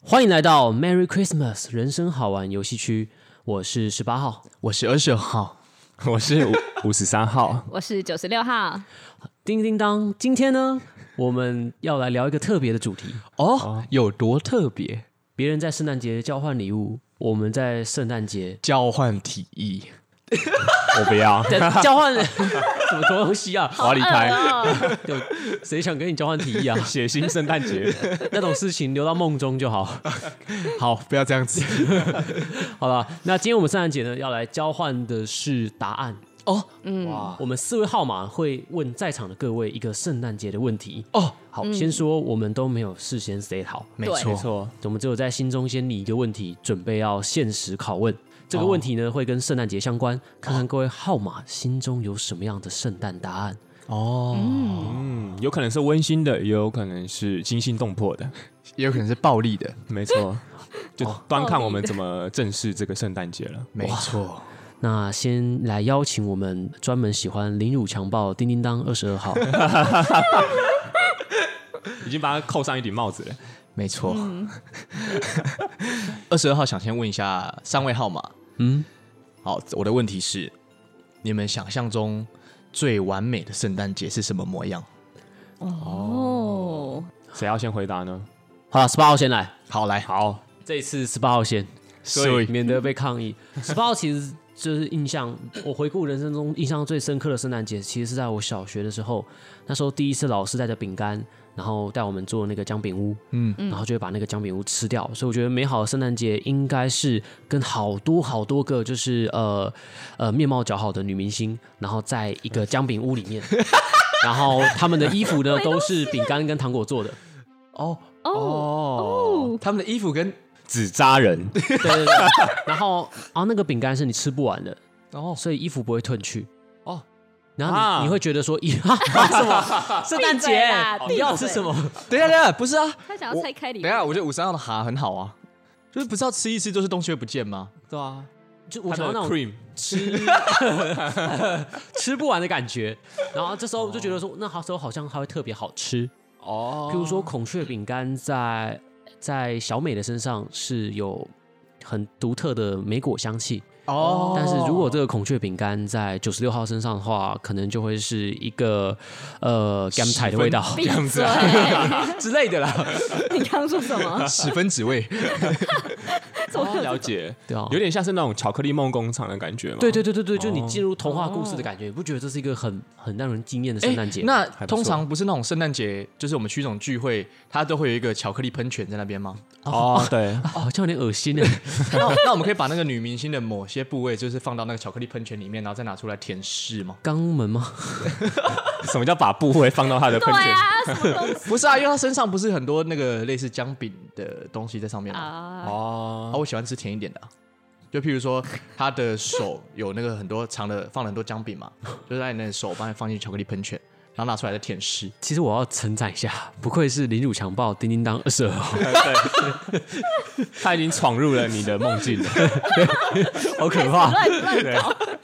欢迎来到 Merry Christmas 人生好玩游戏区，我是18号， 我是22号， 我是53号， 我是96号。 叮叮当，今天呢，我们要来聊一个特别的主题哦，有多特别？ 别人在圣诞节交换礼物，我们在圣诞节交换体液。 我不要交换什么东西啊？ 我要离开。 有谁想跟你交换体液啊？ 血腥圣诞节那种事情留到梦中就好。 好，不要这样子。 好了，那今天我们圣诞节呢，要来交换的是答案哦。哇，我们4位号码会问在场的各位一个圣诞节的问题哦。好，先说我们都没有事先 say 好， 没错， 我们只有在心中先拟一个问题，准备要限时拷问。这个问题呢，会跟圣诞节相关，看看各位号码心中有什么样的圣诞答案哦。 有可能是温馨的，也有可能是惊心动魄的， 也有可能是暴力的。 没错，就端看我们怎么正视这个圣诞节了。 没错。 那先来邀请我们专门喜欢凌辱强暴叮叮当22号， 已经把他扣上一顶帽子了。 没错。22号想先问一下3位号码。好，我的问题是，你们想象中最完美的圣诞节是什么模样？ 哦， 谁要先回答呢？ 好了，18号先来。 好，来， 好， 这一次18号先， 所以免得被抗议。18号其实就是我回顾人生中印象最深刻的圣诞节，其实是在我小学的时候。那时候第一次老师带着饼干，然后带我们做那个姜饼屋，然后就会把那个姜饼屋吃掉。所以我觉得美好的圣诞节应该是跟好多个就是面貌姣好的女明星，然后在一个姜饼屋里面，然后他们的衣服呢都是饼干跟糖果做的。 他们的衣服跟纸扎人。 对，然后那个饼干是你吃不完的，所以衣服不会褪去。然后你会觉得说，什么圣诞节你要吃什么？ 等一下，不是啊， 他想要拆开礼物。 等一下，我觉得53号的哈很好啊，就是不是要吃一吃，就是东西会不见吗？ 对啊， 就我想要那种 cream 吃不完的感觉。然后这时候就觉得说，那时候好像它会特别好吃哦。譬如说孔雀饼干在小美的身上是有很独特的莓果香气。但是如果这个孔雀饼干在96号身上的话，可能就会是一个甘菜的味道， 闭嘴之类的啦。 你刚刚说什么 ？10分子味。 了解， 对啊， 有点像是那种巧克力梦工厂的感觉嘛。 对，就你进入童话故事的感觉，你不觉得这是一个很让人惊艳的圣诞节？ 那通常不是那种圣诞节，就是我们去这种聚会，它都会有一个巧克力喷泉在那边吗？ 对， 好像有点恶心呢。 那我们可以把那个女明星的某些部位，就是放到那个巧克力喷泉里面，然后再拿出来舔舐吗？ 肛门吗？ 什么叫把部位放到他的喷泉？ 对啊，什么东西不是啊，因为他身上不是很多那个类似姜饼的东西在上面吗？我喜欢吃甜一点的就譬如说他的手有那个很多长的，放了很多姜饼嘛，就是在你的手帮你放进巧克力喷泉，然后拿出来再舔舐。 其实我要称赞一下，不愧是凌辱强暴叮叮当22号， 对，他已经闯入了你的梦境了， 好可怕。 乱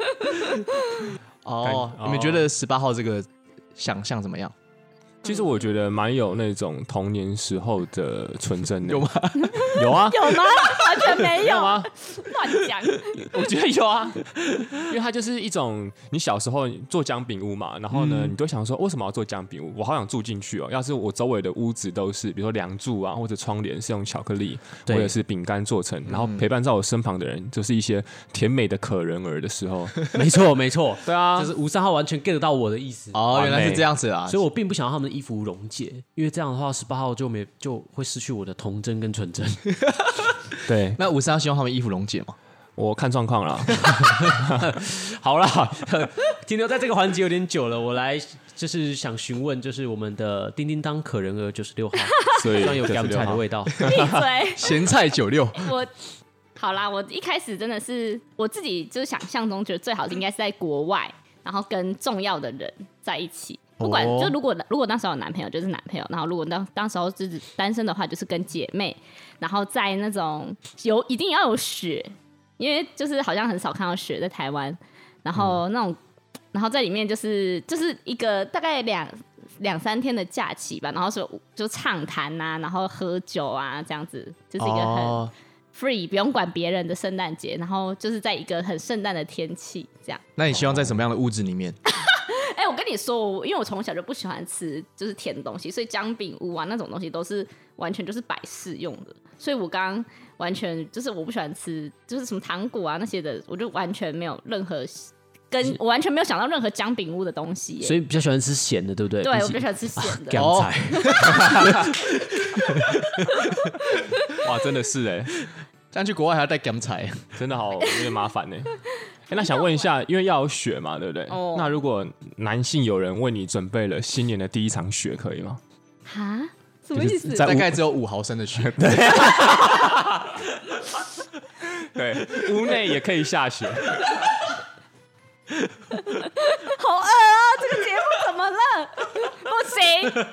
搞。 你们觉得18号这个想象怎么样？ 其实我觉得蛮有那种童年时候的纯真的。 有吗？ 有啊， 有吗？完全没有吗？ 乱讲。 我觉得有啊，因为它就是一种你小时候做姜饼屋嘛，然后呢，你都想说为什么要做姜饼屋？我好想住进去哦。要是我周围的屋子都是，比如说梁柱啊，或者窗帘是用巧克力或者是饼干做成，然后陪伴在我身旁的人就是一些甜美的可人儿的时候， 没错， 对啊， 就是53号完全 get 到我的意思。 原来是这样子啊， 所以我并不想要他们的衣服溶解，因为这样的话18号就会失去我的童真跟纯真。 对， 那53号希望他们衣服溶解吗？ 我看状况啦。 好啦，停留在这个环节有点久了，我来就是想询问，就是我们的叮叮当可人儿96号， 所以有甘菜的味道。 闭嘴！ 咸菜96。 好啦，我一开始真的是我自己就是想象中觉得最好的应该是在国外，然后跟重要的人在一起。不管就如果那时候有男朋友就是男朋友，然后如果当时候就是单身的话，就是跟姐妹，然后在那种一定要有雪，因为就是好像很少看到雪在台湾，然后那种，然后在里面就是一个大概 2-3天的假期吧，然后就畅谈啊，然后喝酒啊，这样子，就是一个很 free 不用管别人的圣诞节，然后就是在一个很圣诞的天气这样。 那你希望在什么样的屋子里面？ 我跟你说，因为我从小就不喜欢吃就是甜的东西，所以姜饼屋啊那种东西都是完全就是摆饰用的。所以我刚刚完全就是我不喜欢吃，就是什么糖果啊那些的，我就完全没有任何我完全没有想到任何姜饼屋的东西。 所以比较喜欢吃咸的，对不对？ 对，我比较喜欢吃咸的。 干菜。 哇，真的是哎， 这样去国外还要带干菜， 真的好有点麻烦哎。那想问一下，因为要有雪嘛，对不对？那如果男性有人为你准备了新年的第一场雪，可以吗？ 哈？什么意思？ 大概只有5毫升的雪。 对，屋内也可以下雪。 好饿啊！这个节目怎么了？不行。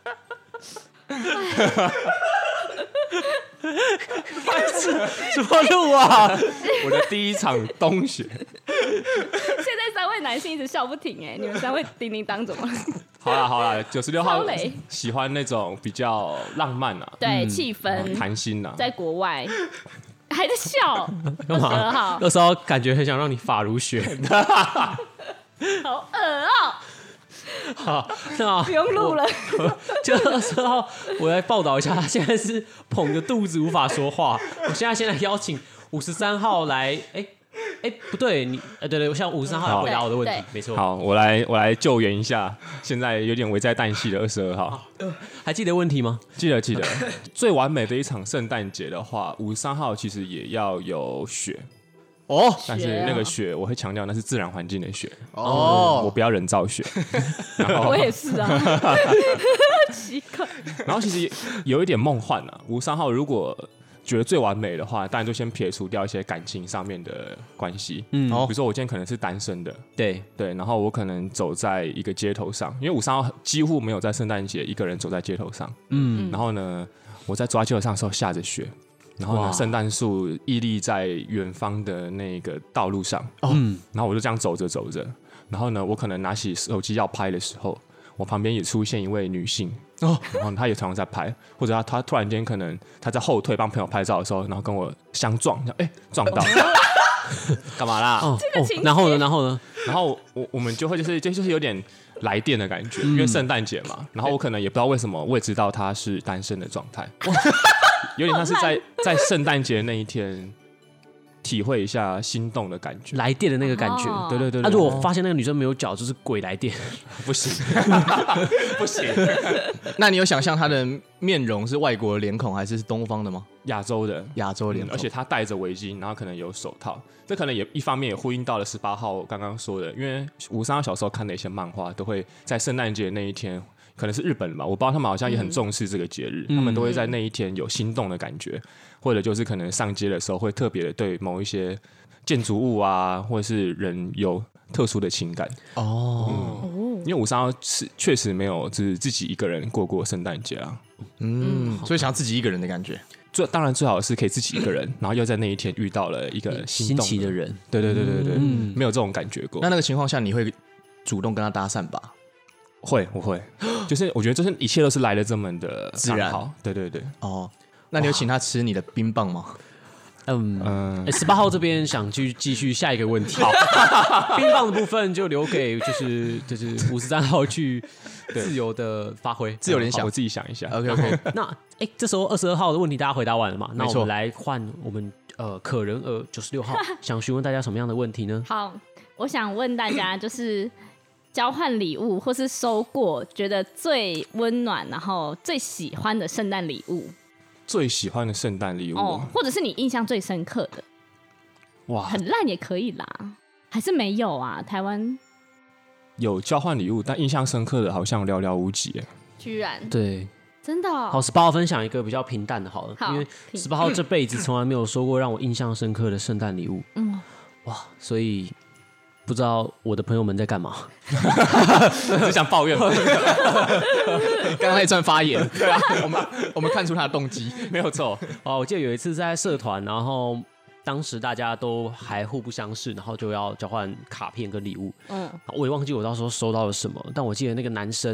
什么路啊？ 我的第一场冬雪。 现在3位男性一直笑不停你们3位叮叮当怎么了？ 好啦，96号喜欢那种比较浪漫啊， 对，气氛谈心啊， 在国外还在笑。 干嘛？20号感觉很想让你发如雪。 好恶哦。 好，那不用录了。 就20号，我来报道一下，他现在是捧着肚子无法说话。我现在先来邀请53号来，不对，对，我想53号来回答我的问题，没错。 好，我来救援一下，现在有点危在旦夕的22号。 还记得问题吗？ 记得。最完美的一场圣诞节的话，53号其实也要有雪。但是那个雪，我会强调那是自然环境的雪我不要人造雪。 我也是啊，奇怪。 然后其实有一点梦幻啊，53号如果觉得最完美的话，当然就先撇除掉一些感情上面的关系。比如说我今天可能是单身的，对，然后我可能走在一个街头上，因为53号几乎没有在圣诞节一个人走在街头上。然后呢，我在走在街头上的时候下着雪。然后呢，圣诞树屹立在远方的那个道路上，然后我就这样走着，然后呢，我可能拿起手机要拍的时候，我旁边也出现一位女性，然后她也同样在拍，或者她突然间可能她在后退帮朋友拍照的时候，然后跟我相撞，撞到，干嘛啦？ 然后呢？ 然后我们就会就是有点来电的感觉，因为圣诞节嘛，然后我可能也不知道为什么，我也知道她是单身的状态。有点像是在圣诞节那一天体会一下心动的感觉， 来电的那个感觉。 对。 如果发现那个女生没有脚，就是鬼来电， 不行，不行。 那你有想象她的面容是外国的脸孔还是东方的吗？ 亚洲的脸孔， 而且她戴着围巾，然后可能有手套。这可能也一方面也呼应到了18号刚刚说的，因为53号小时候看的一些漫画，都会在圣诞节那一天。可能是日本嘛，我不知道他们好像也很重视这个节日，他们都会在那一天有心动的感觉，或者就是可能上街的时候会特别的对某一些建筑物啊，或者是人有特殊的情感。因为53号是确实没有就是自己一个人过圣诞节啊， 所以想要自己一个人的感觉。 当然最好是可以自己一个人，然后又在那一天遇到了一个心动新奇的人。 对，没有这种感觉过。 那个情况下，你会主动跟他搭讪吧？ 我会，就是我觉得就是一切都是来的这么的自然， 对。 那你有请他吃你的冰棒吗 ？18号这边想去继续下一个问题。冰棒的部分就留给就是53号去自由的发挥， 自由联想， 我自己想一下。 OK。 那这时候22号的问题大家回答完了嘛？那我们来换我们可人儿96号，想询问大家什么样的问题呢？ 好，我想问大家就是交换礼物或是收过觉得最温暖然后最喜欢的圣诞礼物。 最喜欢的圣诞礼物或者是你印象最深刻的。哇，很烂也可以啦，还是没有啊？台湾有交换礼物，但印象深刻的好像寥寥无几。 居然对， 真的好，18号分享一个比较平淡的好了，因为18号这辈子从来没有收过让我印象深刻的圣诞礼物。哇，所以不知道我的朋友们在干嘛， 只想抱怨吗？ 刚刚那一段发言，对啊，我们看出他的动机， 没有错。 我记得有一次在社团，然后当时大家都还互不相识，然后就要交换卡片跟礼物。我也忘记我到时候收到了什么，但我记得那个男生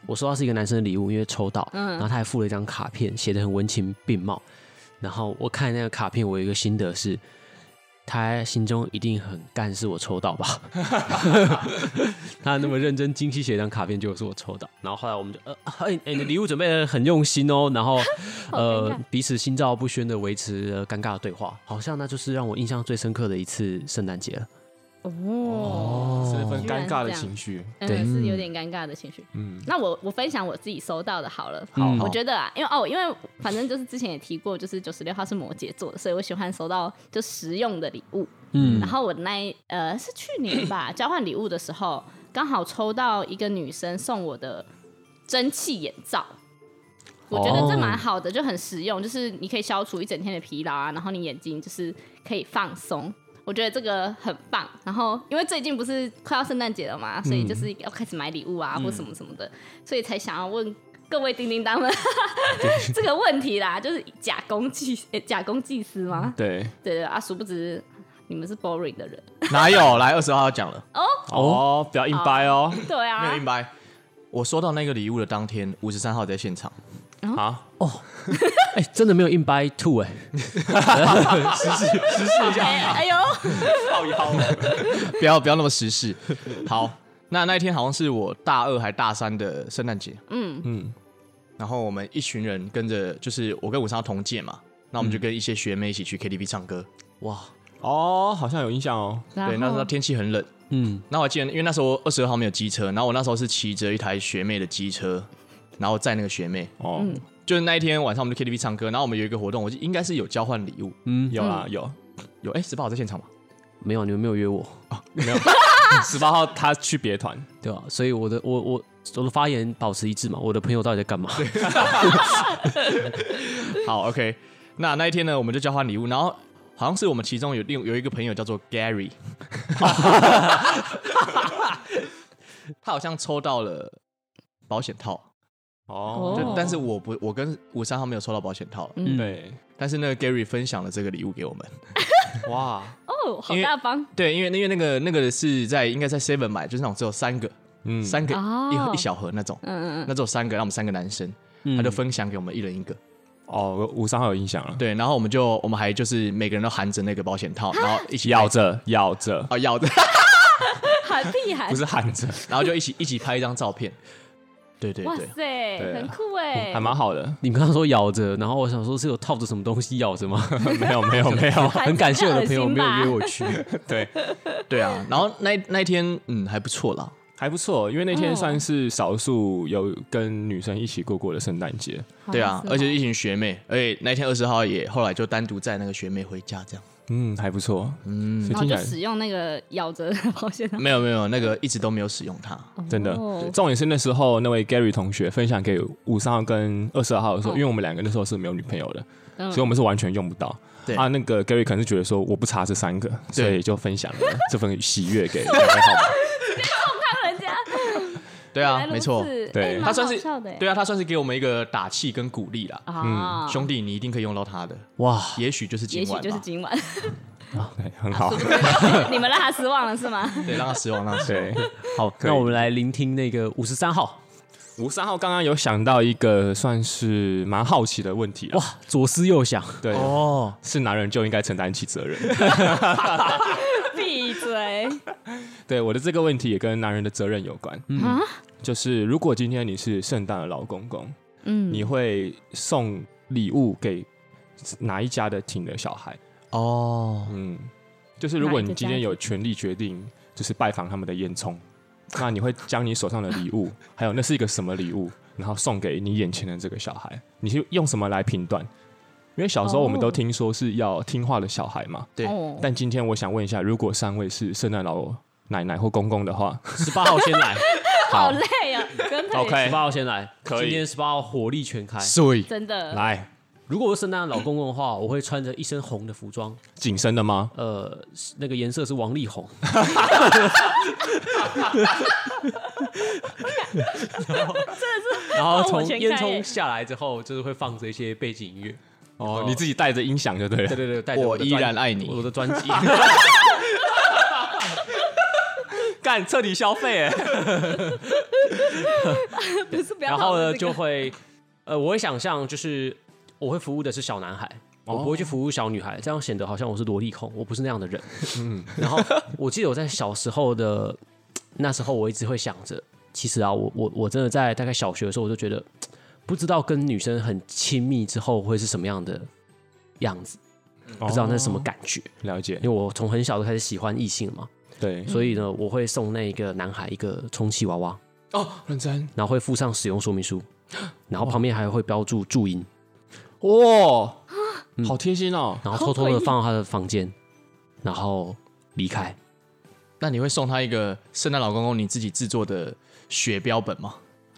我收到是一个男生的礼物，因为抽到，然后他还附了一张卡片，写得很文情并茂。然后我看那个卡片，我有一个心得是，他心中一定很干，是我抽到吧？他那么认真精细写一张卡片，就是我抽到。然后后来我们就你的礼物准备得很用心哦。然后彼此心照不宣的维持了尴尬的对话，好像那就是让我印象最深刻的一次圣诞节了。 是一份尴尬的情绪， 对，是有点尴尬的情绪。那我分享我自己收到的好了。我觉得因为反正就是之前也提过，就是96号是摩羯座的，所以我喜欢收到就实用的礼物。然后我是去年吧，交换礼物的时候，刚好抽到一个女生送我的蒸汽眼罩。我觉得这蛮好的，就很实用，就是你可以消除一整天的疲劳啊，然后你眼睛就是可以放松。我觉得这个很棒，然后因为最近不是快要圣诞节了嘛，所以就是要开始买礼物啊，或什么什么的，所以才想要问各位叮叮当们这个问题啦，就是假公济私吗？ 对啊，殊不知你们是 boring 的人。 哪有？来20号要讲了不要硬掰哦。 对啊， 没有硬掰。我收到那个礼物的当天，53号在现场。 真的没有硬掰吐实事一下。 哎呦， 靠腰， 不要那么时事。好，那一天好像是我大2还大3的圣诞节。然后我们一群人跟着，就是我跟53号同届嘛，那我们就跟一些学妹一起去 KTV 唱歌。哇， 好像有印象哦。 对，那时候天气很冷。那我记得，因为那时候22号没有机车，然后我那时候是骑着一台学妹的机车，然后载那个学妹。就是那一天晚上我们去 KTV 唱歌，然后我们有一个活动，我应该是有交换礼物。 有啦有。 18号在现场吗？ 没有，你们没有约我。 没有。18号他去别团， 对吧？所以我的发言保持一致嘛。我的朋友到底在干嘛？ 好 ，OK。那一天呢，我们就交换礼物，然后好像是我们其中有一个朋友叫做 Gary， 他好像抽到了保险套。但是我跟53号没有抽到保险套。 对。 但是那个 Gary 分享了这个礼物给我们。 哇， 好大方。 对，因为那个是应该在 Seven 买，就是那种只有3个，3个一小盒那种。那只有3个，让我们3个男生，他就分享给我们1人1个。 53号有印象了。 对，然后我们还就是每个人都含着那个保险套，然后一起咬着， 喊屁喊， 不是含着， 然后就一起拍一张照片。对， 哇塞，很酷哎， 还蛮好的。 你刚刚说咬着，然后我想说是有套着什么东西咬着吗？ 没有， 很感谢我的朋友没有约我去。 对啊，然后那一天还不错啦， 还不错，因为那天算是少数有跟女生一起过的圣诞节。 对啊，而且一群学妹，而且那天20号也后来就单独载那个学妹回家这样。 还不错。 然后就使用那个咬着的保险套。 没有，那个一直都没有使用它。 真的。重点是那时候那位 Gary 同学分享给53号跟22号的时候，因为我们2个那时候是没有女朋友的，所以我们是完全用不到。那个 Gary 可能是觉得说我不差这3个，所以就分享了这份喜悦给2位号码。 别重看人家。 对啊，没错。 对， 他算是他算是给我们一个打气跟鼓励啦。兄弟，你一定可以用到他的。哇，也许就是今晚。 对，很好。 你们让他失望了是吗？ 对，让他失望。 对， 好，那我们来聆听那个53号。 53号刚刚有想到一个算是蛮好奇的问题了。 哇，左思右想。 对，是男人就应该承担起责任。 闭嘴。 对，我的这个问题也跟男人的责任有关。就是如果今天你是圣诞的老公公，你会送礼物给哪一家的挺的小孩？就是如果你今天有权利决定，就是拜访他们的烟囱，那你会将你手上的礼物，还有那是一个什么礼物，然后送给你眼前的这个小孩，你是用什么来评断？因为小时候我们都听说是要听话的小孩嘛。 对。 但今天我想问一下，如果3位是圣诞老奶奶或公公的话 ，18号先来。 好累啊。 OK， 18号先来。 可以。 今天18号火力全开。 真的。 来。 如果我是圣诞老公公的话，我会穿着一身红的服装。 紧身的吗？ 那个颜色是王力宏。然后从烟囱下来之后，就是会放着一些背景音乐。 你自己带着音响就对了。 对，带着我依然爱你， 我的专辑。 干，彻底消费哎！ 不是不要。 然后呢，就会我会想象就是我会服务的是小男孩。我不会去服务小女孩，这样显得好像我是萝莉控，我不是那样的人。然后我记得我在小时候的那时候，我一直会想着，其实啊，我真的在大概小学的时候，我就觉得不知道跟女生很亲密之后会是什么样的样子，不知道那是什么感觉。 了解， 因为我从很小就开始喜欢异性了嘛， 对， 所以呢，我会送那个男孩一个充气娃娃， 认真， 然后会附上使用说明书，然后旁边还会标注注音。 哇，好贴心哦！ 然后偷偷的放到他的房间，然后离开。 那你会送他一个圣诞老公公你自己制作的雪标本吗？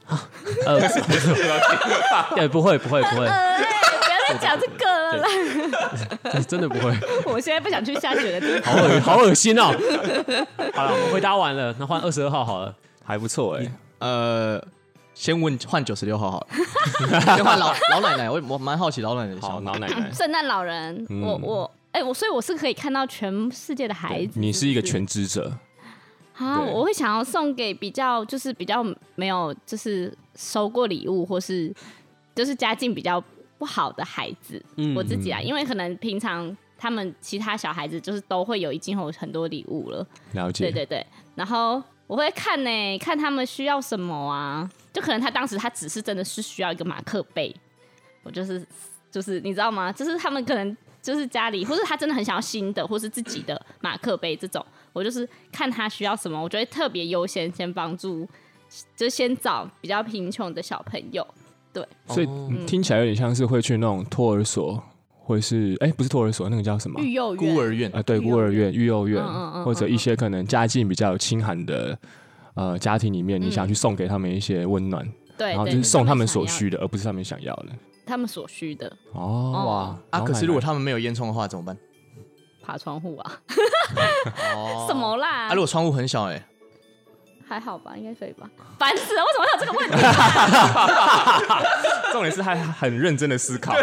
不会，不要再讲这个了啦， 真的不会。 我现在不想去下雪的地方， 好恶心哦！好了，我回答完了，那换22号好了， 还不错哎。 先换96号好了，先换老奶奶，我蛮好奇老奶奶的想法。 好，老奶奶， 圣诞老人，所以我是可以看到全世界的孩子。 你是一个全知者啊！我会想要送给比较没有就是收过礼物或是就是家境比较不好的孩子，我自己啊，因为可能平常他们其他小孩子就是都会已经有很多礼物了。 了解， 对，然后我会看看他们需要什么啊。就可能他当时他只是真的是需要一个马克杯，我就是你知道吗？就是他们可能就是家里，或是他真的很想要新的，或是自己的马克杯这种，我就是看他需要什么，我就会特别优先先帮助，就先找比较贫穷的小朋友。对， 所以听起来有点像是会去那种托儿所，或者是不是托儿所，那个叫什么？ 育幼院、 孤儿院对，孤儿院、育幼院，或者一些可能家境比较有清寒的。家庭里面，你想去送给他们一些温暖， 对， 然后就是送他们所需的，而不是他们想要的。 他们所需的。 哇！ 可是如果他们没有烟囱的话怎么办？ 爬窗户啊？什么啦？ 如果窗户很小还好吧，应该可以吧？烦死了，为什么会有这个问题？ 重点是他很认真的思考。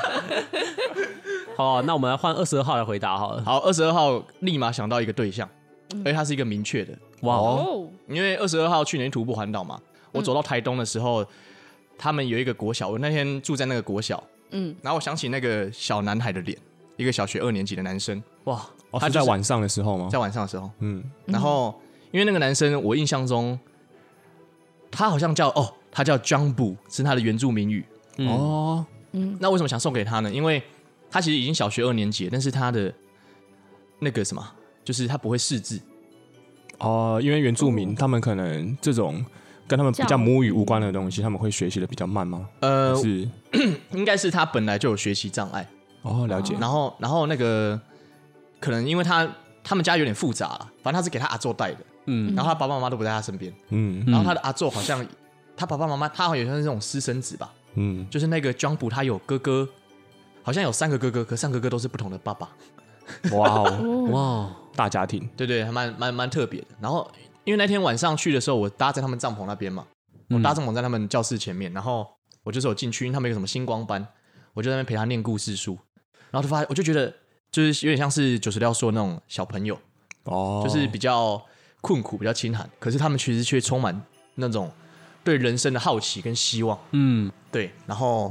好，那我们来换22号来回答好了。 好，22号立马想到一个对象，而且他是一个明确的。 哇哦！ 因为22号去年徒步环岛嘛，我走到台东的时候，他们有一个国小，我那天住在那个国小，然后我想起那个小男孩的脸，一个小学2年级的男生， 哇， 他在晚上的时候吗？ 在晚上的时候，然后因为那个男生，我印象中他好像他叫 Jumbo， 是他的原住民语。那为什么想送给他呢？因为他其实已经小学2年级了，但是他的那个什么，就是他不会识字。 因为原住民他们可能这种跟他们比较母语无关的东西，他们会学习的比较慢吗？是， 应该是他本来就有学习障碍。 了解。 然后那个可能因为他们家有点复杂了，反正他是给他阿祖带的，然后他爸爸妈妈都不在他身边，然后他的阿祖好像他爸爸妈妈他好像是那种私生子吧，就是那个 Jumbo 他有哥哥，好像有3个哥哥，可3个哥哥都是不同的爸爸。 哇，大家庭， 对，还蛮特别的。然后因为那天晚上去的时候，我搭在他们帐篷那边嘛，我搭帐篷在他们教室前面，然后我就是有进去，因为他们有什么星光班，我就在那边陪他念故事书，然后就发现，我就觉得就是有点像是96说的那种小朋友，就是比较困苦、比较清寒，可是他们其实却充满那种对人生的好奇跟希望。对，然后。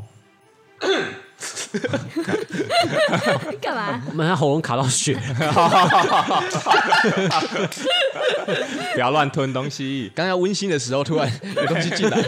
干嘛？ 我们喉咙卡到血， 不要乱吞东西。 刚刚温馨的时候，突然有东西进来。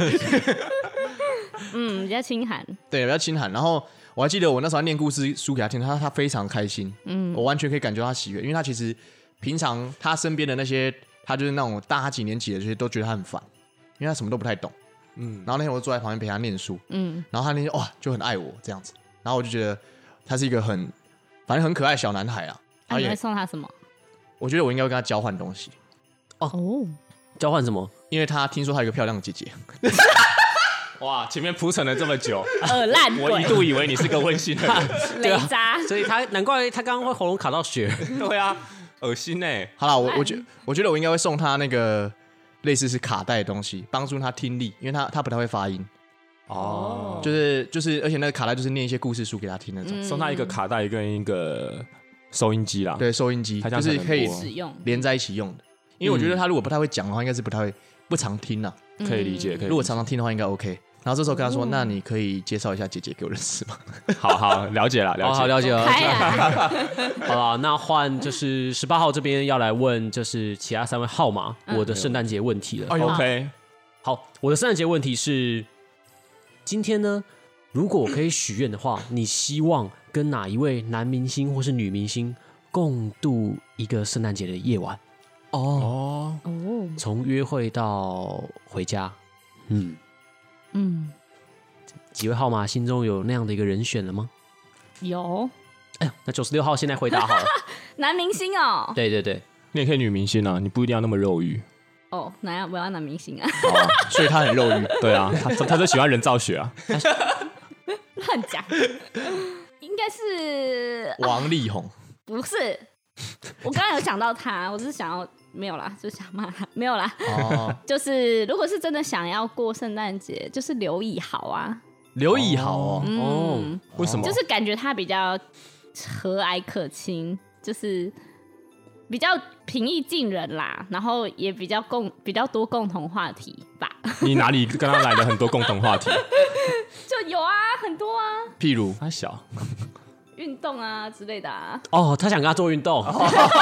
比较清寒。 对，比较清寒。然后我还记得我那时候念故事书给他听，他非常开心。我完全可以感觉到他喜悦，因为他其实平常他身边的那些，他就是那种大他几年级的这些，都觉得他很烦，因为他什么都不太懂。然后那天我就坐在旁边陪他念书，然后他那天就很爱我这样子，然后我就觉得他是一个反正很可爱的小男孩啊。 你会送他什么？ 我觉得我应该会跟他交换东西。 交换什么？ 因为他听说他有一个漂亮的姐姐。 哇，前面铺陈了这么久， 烂鬼， 我一度以为你是个温馨的人， 雷渣， 所以难怪他刚刚会喉咙卡到血。 对啊，恶心欸。 好啦，我觉得我应该会送他那个类似是卡带的东西，帮助他听力，因为他不太会发音。就是，而且那个卡带就是念一些故事书给他听那种。 送他一个卡带跟一个收音机啦。 对，收音机就是可以连在一起用的。因为我觉得他如果不太会讲的话，应该是不常听啊。 可以理解。 如果常常听的话，应该 OK。然后这时候跟他说：“那你可以介绍一下姐姐给我认识吗？” 好，了解了， 好了解了。 好了，那换就是18号这边要来问，就是其他3位号码我的圣诞节问题了。 OK， 好，我的圣诞节问题是：今天呢，如果我可以许愿的话，你希望跟哪一位男明星或是女明星共度一个圣诞节的夜晚？从约会到回家，几位号码心中有那样的一个人选了吗？ 有。 哎呦，那96号现在回答好了。 男明星哦。 对， 你也可以女明星啊，你不一定要那么肉欲。 我要男明星啊。 所以他很肉欲。 对啊，他就喜欢人造血啊。 乱讲。应该是王力宏。 不是，我刚刚有想到他，我只是想要没有啦，就想骂他，没有啦。就是如果是真的想要过圣诞节，就是刘以豪啊。 刘以豪为什么？ 就是感觉他比较和蔼可亲，就是比较平易近人啦，然后也比较多共同话题吧。 你哪里跟他来了很多共同话题？ 就有啊，很多啊。 譬如他小。 运动啊之类的啊。 他想跟他做运动。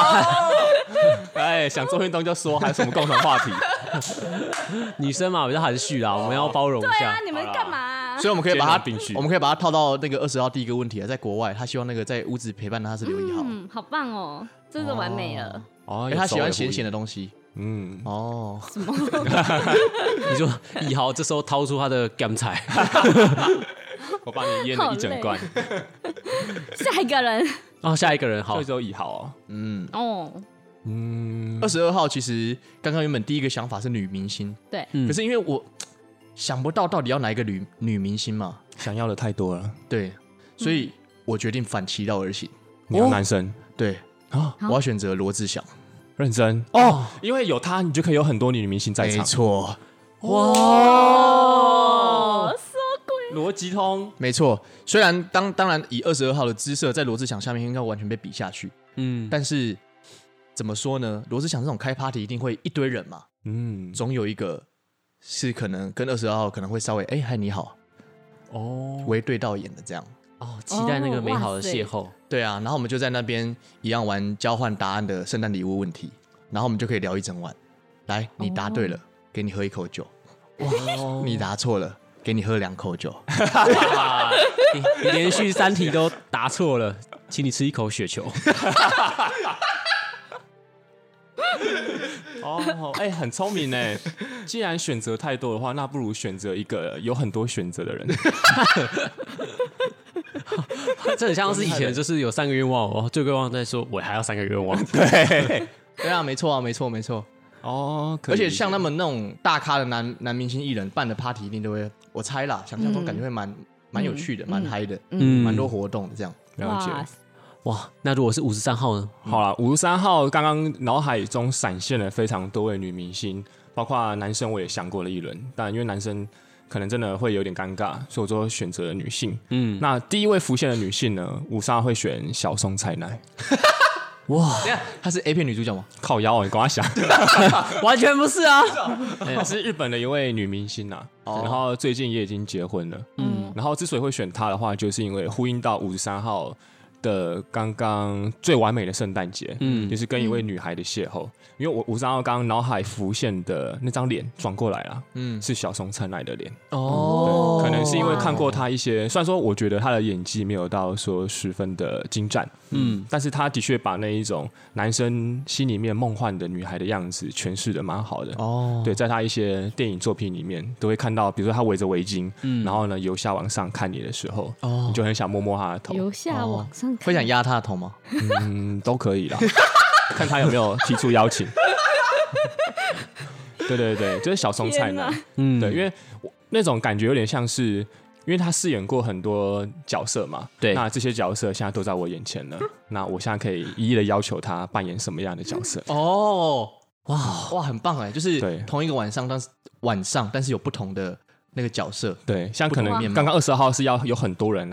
想做运动就说，还有什么共同话题？ 女生嘛比较含蓄啦，我们要包容一下。 对啊，你们干嘛？ 所以我们可以把它套到那个20号第一个问题啊，在国外，他希望那个在屋子陪伴他是刘以豪。 好棒哦，真的完美了。 因为他喜欢咸咸的东西。 什么？ 你说以豪这时候掏出他的干菜。 我帮你腌了一整罐。 下一个人下一个人好， 所以只有以豪 22号其实刚刚原本第一个想法是女明星， 对， 可是因为我想不到底要哪一个女明星嘛， 想要的太多了， 对，所以我决定反其道而行， 你要男生， 对我要选择罗志祥， 认真因为有他，你就可以有很多女明星在场， 没错， 逻辑通， 没错。虽然当然以22号的姿色在罗志祥下面应该完全被比下去，但是怎么说呢？罗志祥这种开 party 一定会一堆人嘛，总有一个是可能跟22号可能会稍微嗨你好，为对到眼的这样， 期待那个美好的邂逅。 对啊，然后我们就在那边一样玩交换答案的圣诞礼物问题，然后我们就可以聊一整晚。来，你答对了，给你喝1口酒；你答错了，给你喝2口酒。 你连续3题都答错了，请你吃1口雪球。 很聪明呢。既然选择太多的话，那不如选择一个有很多选择的人。 这很像是以前就是有3个愿望，最后愿望再说我还要3个愿望。 对啊，没错啊，没错没错。而且像他们那种大咖的男明星艺人办的 party 一定都会，我猜啦，想象中感觉会蛮有趣的，蛮嗨的，蛮多活动的这样。 了解。 哇，那如果是53号呢？ 好啦，53号刚刚脑海中闪现了非常多位女明星，包括男生我也想过了一轮，但因为男生可能真的会有点尴尬，所以我就选择了女性。那第一位浮现的女性呢，53号会选小松菜奈。 哇，她是 A 片女主角吗？ 靠腰你跟我想， 完全不是啊！ 她是日本的一位女明星啊，然后最近也已经结婚了。然后之所以会选她的话，就是因为呼应到53号的刚刚最完美的圣诞节，就是跟一位女孩的邂逅。因为我53号刚刚脑海浮现的那张脸转过来了，是小松菜奈的脸。对，可能是因为看过她一些，虽然说我觉得她的演技没有到说十分的精湛，但是她的确把那一种男生心里面梦幻的女孩的样子诠释的蛮好的。对，在她一些电影作品里面都会看到，比如说她围着围巾，然后呢由下往上看你的时候，你就很想摸摸她的头， 由下往上看， 会想压她的头吗？ 都可以啦。看他有没有提出邀请。对，就是小松菜奈。对，因为那种感觉有点像是，因为他饰演过很多角色嘛， 对， 那这些角色现在都在我眼前了，那我现在可以一一的要求他扮演什么样的角色。 哇，很棒哎，就是同一个晚上，但是有不同的那个角色。 对，像可能刚刚22号是要有很多人来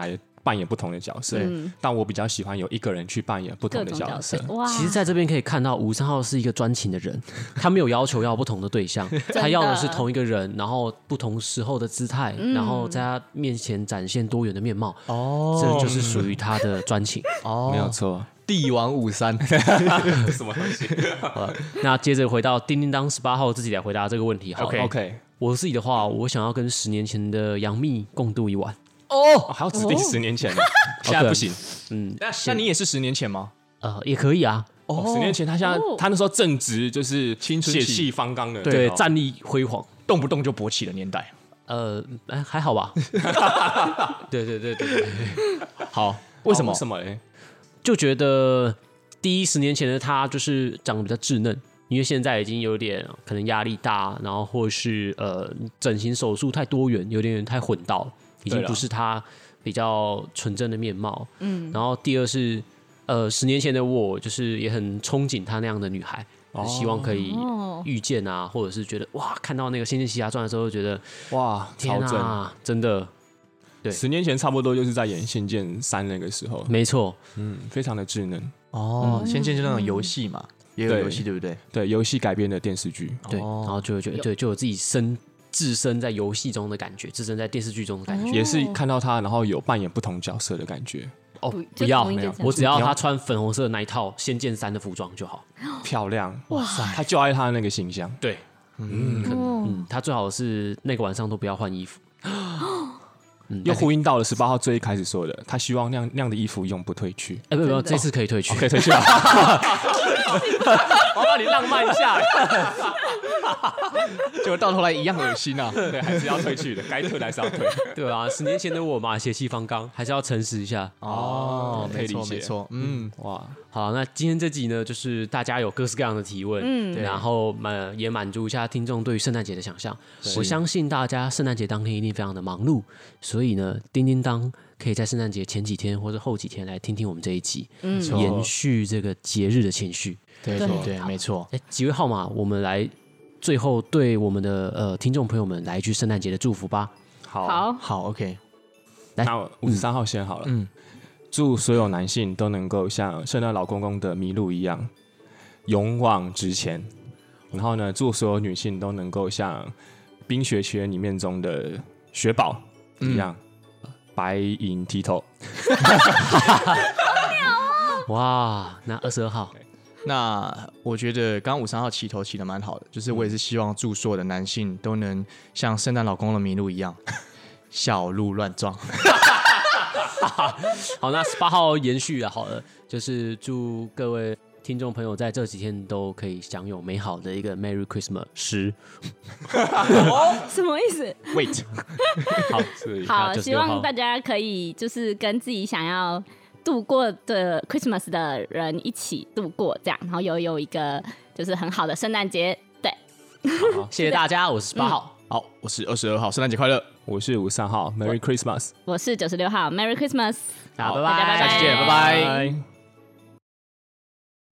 扮演不同的角色，但我比较喜欢有一个人去扮演不同的角色。 哇！ 其实在这边可以看到53号是一个专情的人，他没有要求要不同的对象，他要的是同一个人，然后不同时候的姿态，然后在他面前展现多元的面貌。这就是属于他的专情。 没有错。 帝王53 什么东西？ 那接着回到叮叮当18号自己来回答这个问题。好 OK， 我自己的话，我想要跟10年前的杨幂共度一晚。 还要指定10年前的，现在不行。 那你也是10年前吗？ 也可以啊。 10年前他那时候正值就是青春血气方刚的， 对，战力辉煌， 动不动就勃起的年代。 还好吧。对。 好，为什么？ 为什么嘞？ 就觉得第一10年前的他就是长得比较稚嫩，因为现在已经有点可能压力大，然后或是整形手术太多元，有点太混到，已经不是他比较纯真的面貌。然后第二是10年前的我就是也很憧憬他那样的女孩，希望可以遇见啊，或者是觉得哇，看到那个《仙剑奇侠传》的时候，觉得哇， 天啊，真的。对 10年前差不多就是在演《仙剑3》那个时候， 没错， 非常的稚嫩。 仙剑就那种游戏嘛，也有游戏，对不对？ 对，游戏改编的电视剧。 对，然后就觉得对，就有自己置身在游戏中的感觉，置身在电视剧中的感觉， 也是看到他，然后有扮演不同角色的感觉。 不要，我只要他穿粉红色的那一套《仙剑3》的服装就好， 漂亮，哇塞，他就爱他的那个形象。 对，他最好是那个晚上都不要换衣服。 又呼应到了18号最一开始说的，他希望那样的衣服永不褪去。 不，这次可以褪去， 可以褪去啊！ 我帮你浪漫一下， 结果到头来一样恶心啊！ 对，还是要褪去的，该褪还是要褪。 对啊，10年前的我嘛，血气方刚，还是要诚实一下。 没错没错， 哇，好，那今天这集呢，就是大家有各式各样的提问，然后也满足一下听众对于圣诞节的想象。我相信大家圣诞节当天一定非常的忙碌，所以呢，叮叮当可以在圣诞节前几天或者后几天来听听我们这一集，延续这个节日的情绪。 对，没错。 几位号码，我们来最后对我们的听众朋友们来一句圣诞节的祝福吧。 好 ，OK。 来，那53号先好了。祝所有男性都能够像圣诞老公公的麋鹿一样勇往直前，然后呢，祝所有女性都能够像《冰雪奇缘》里面中的雪宝一样白银剔透。 哇，那22号。 那我觉得刚刚53号起头起得蛮好的，就是我也是希望祝所有的男性都能像圣诞老公的麋鹿一样小鹿乱撞。 好，那18号延续了，好了，就是祝各位听众朋友在这几天都可以享有美好的一个 Merry Christmas 什么意思 ？Wait， 好，希望大家可以就是跟自己想要度过的 Christmas 的人一起度过，这样，然后有一个就是很好的圣诞节。对， 好，谢谢大家，我是18号。 好，我是22号，圣诞节快乐！ 我是53号 ，Merry Christmas。 我是96号 ，Merry Christmas。 好，拜拜，下期见，拜拜。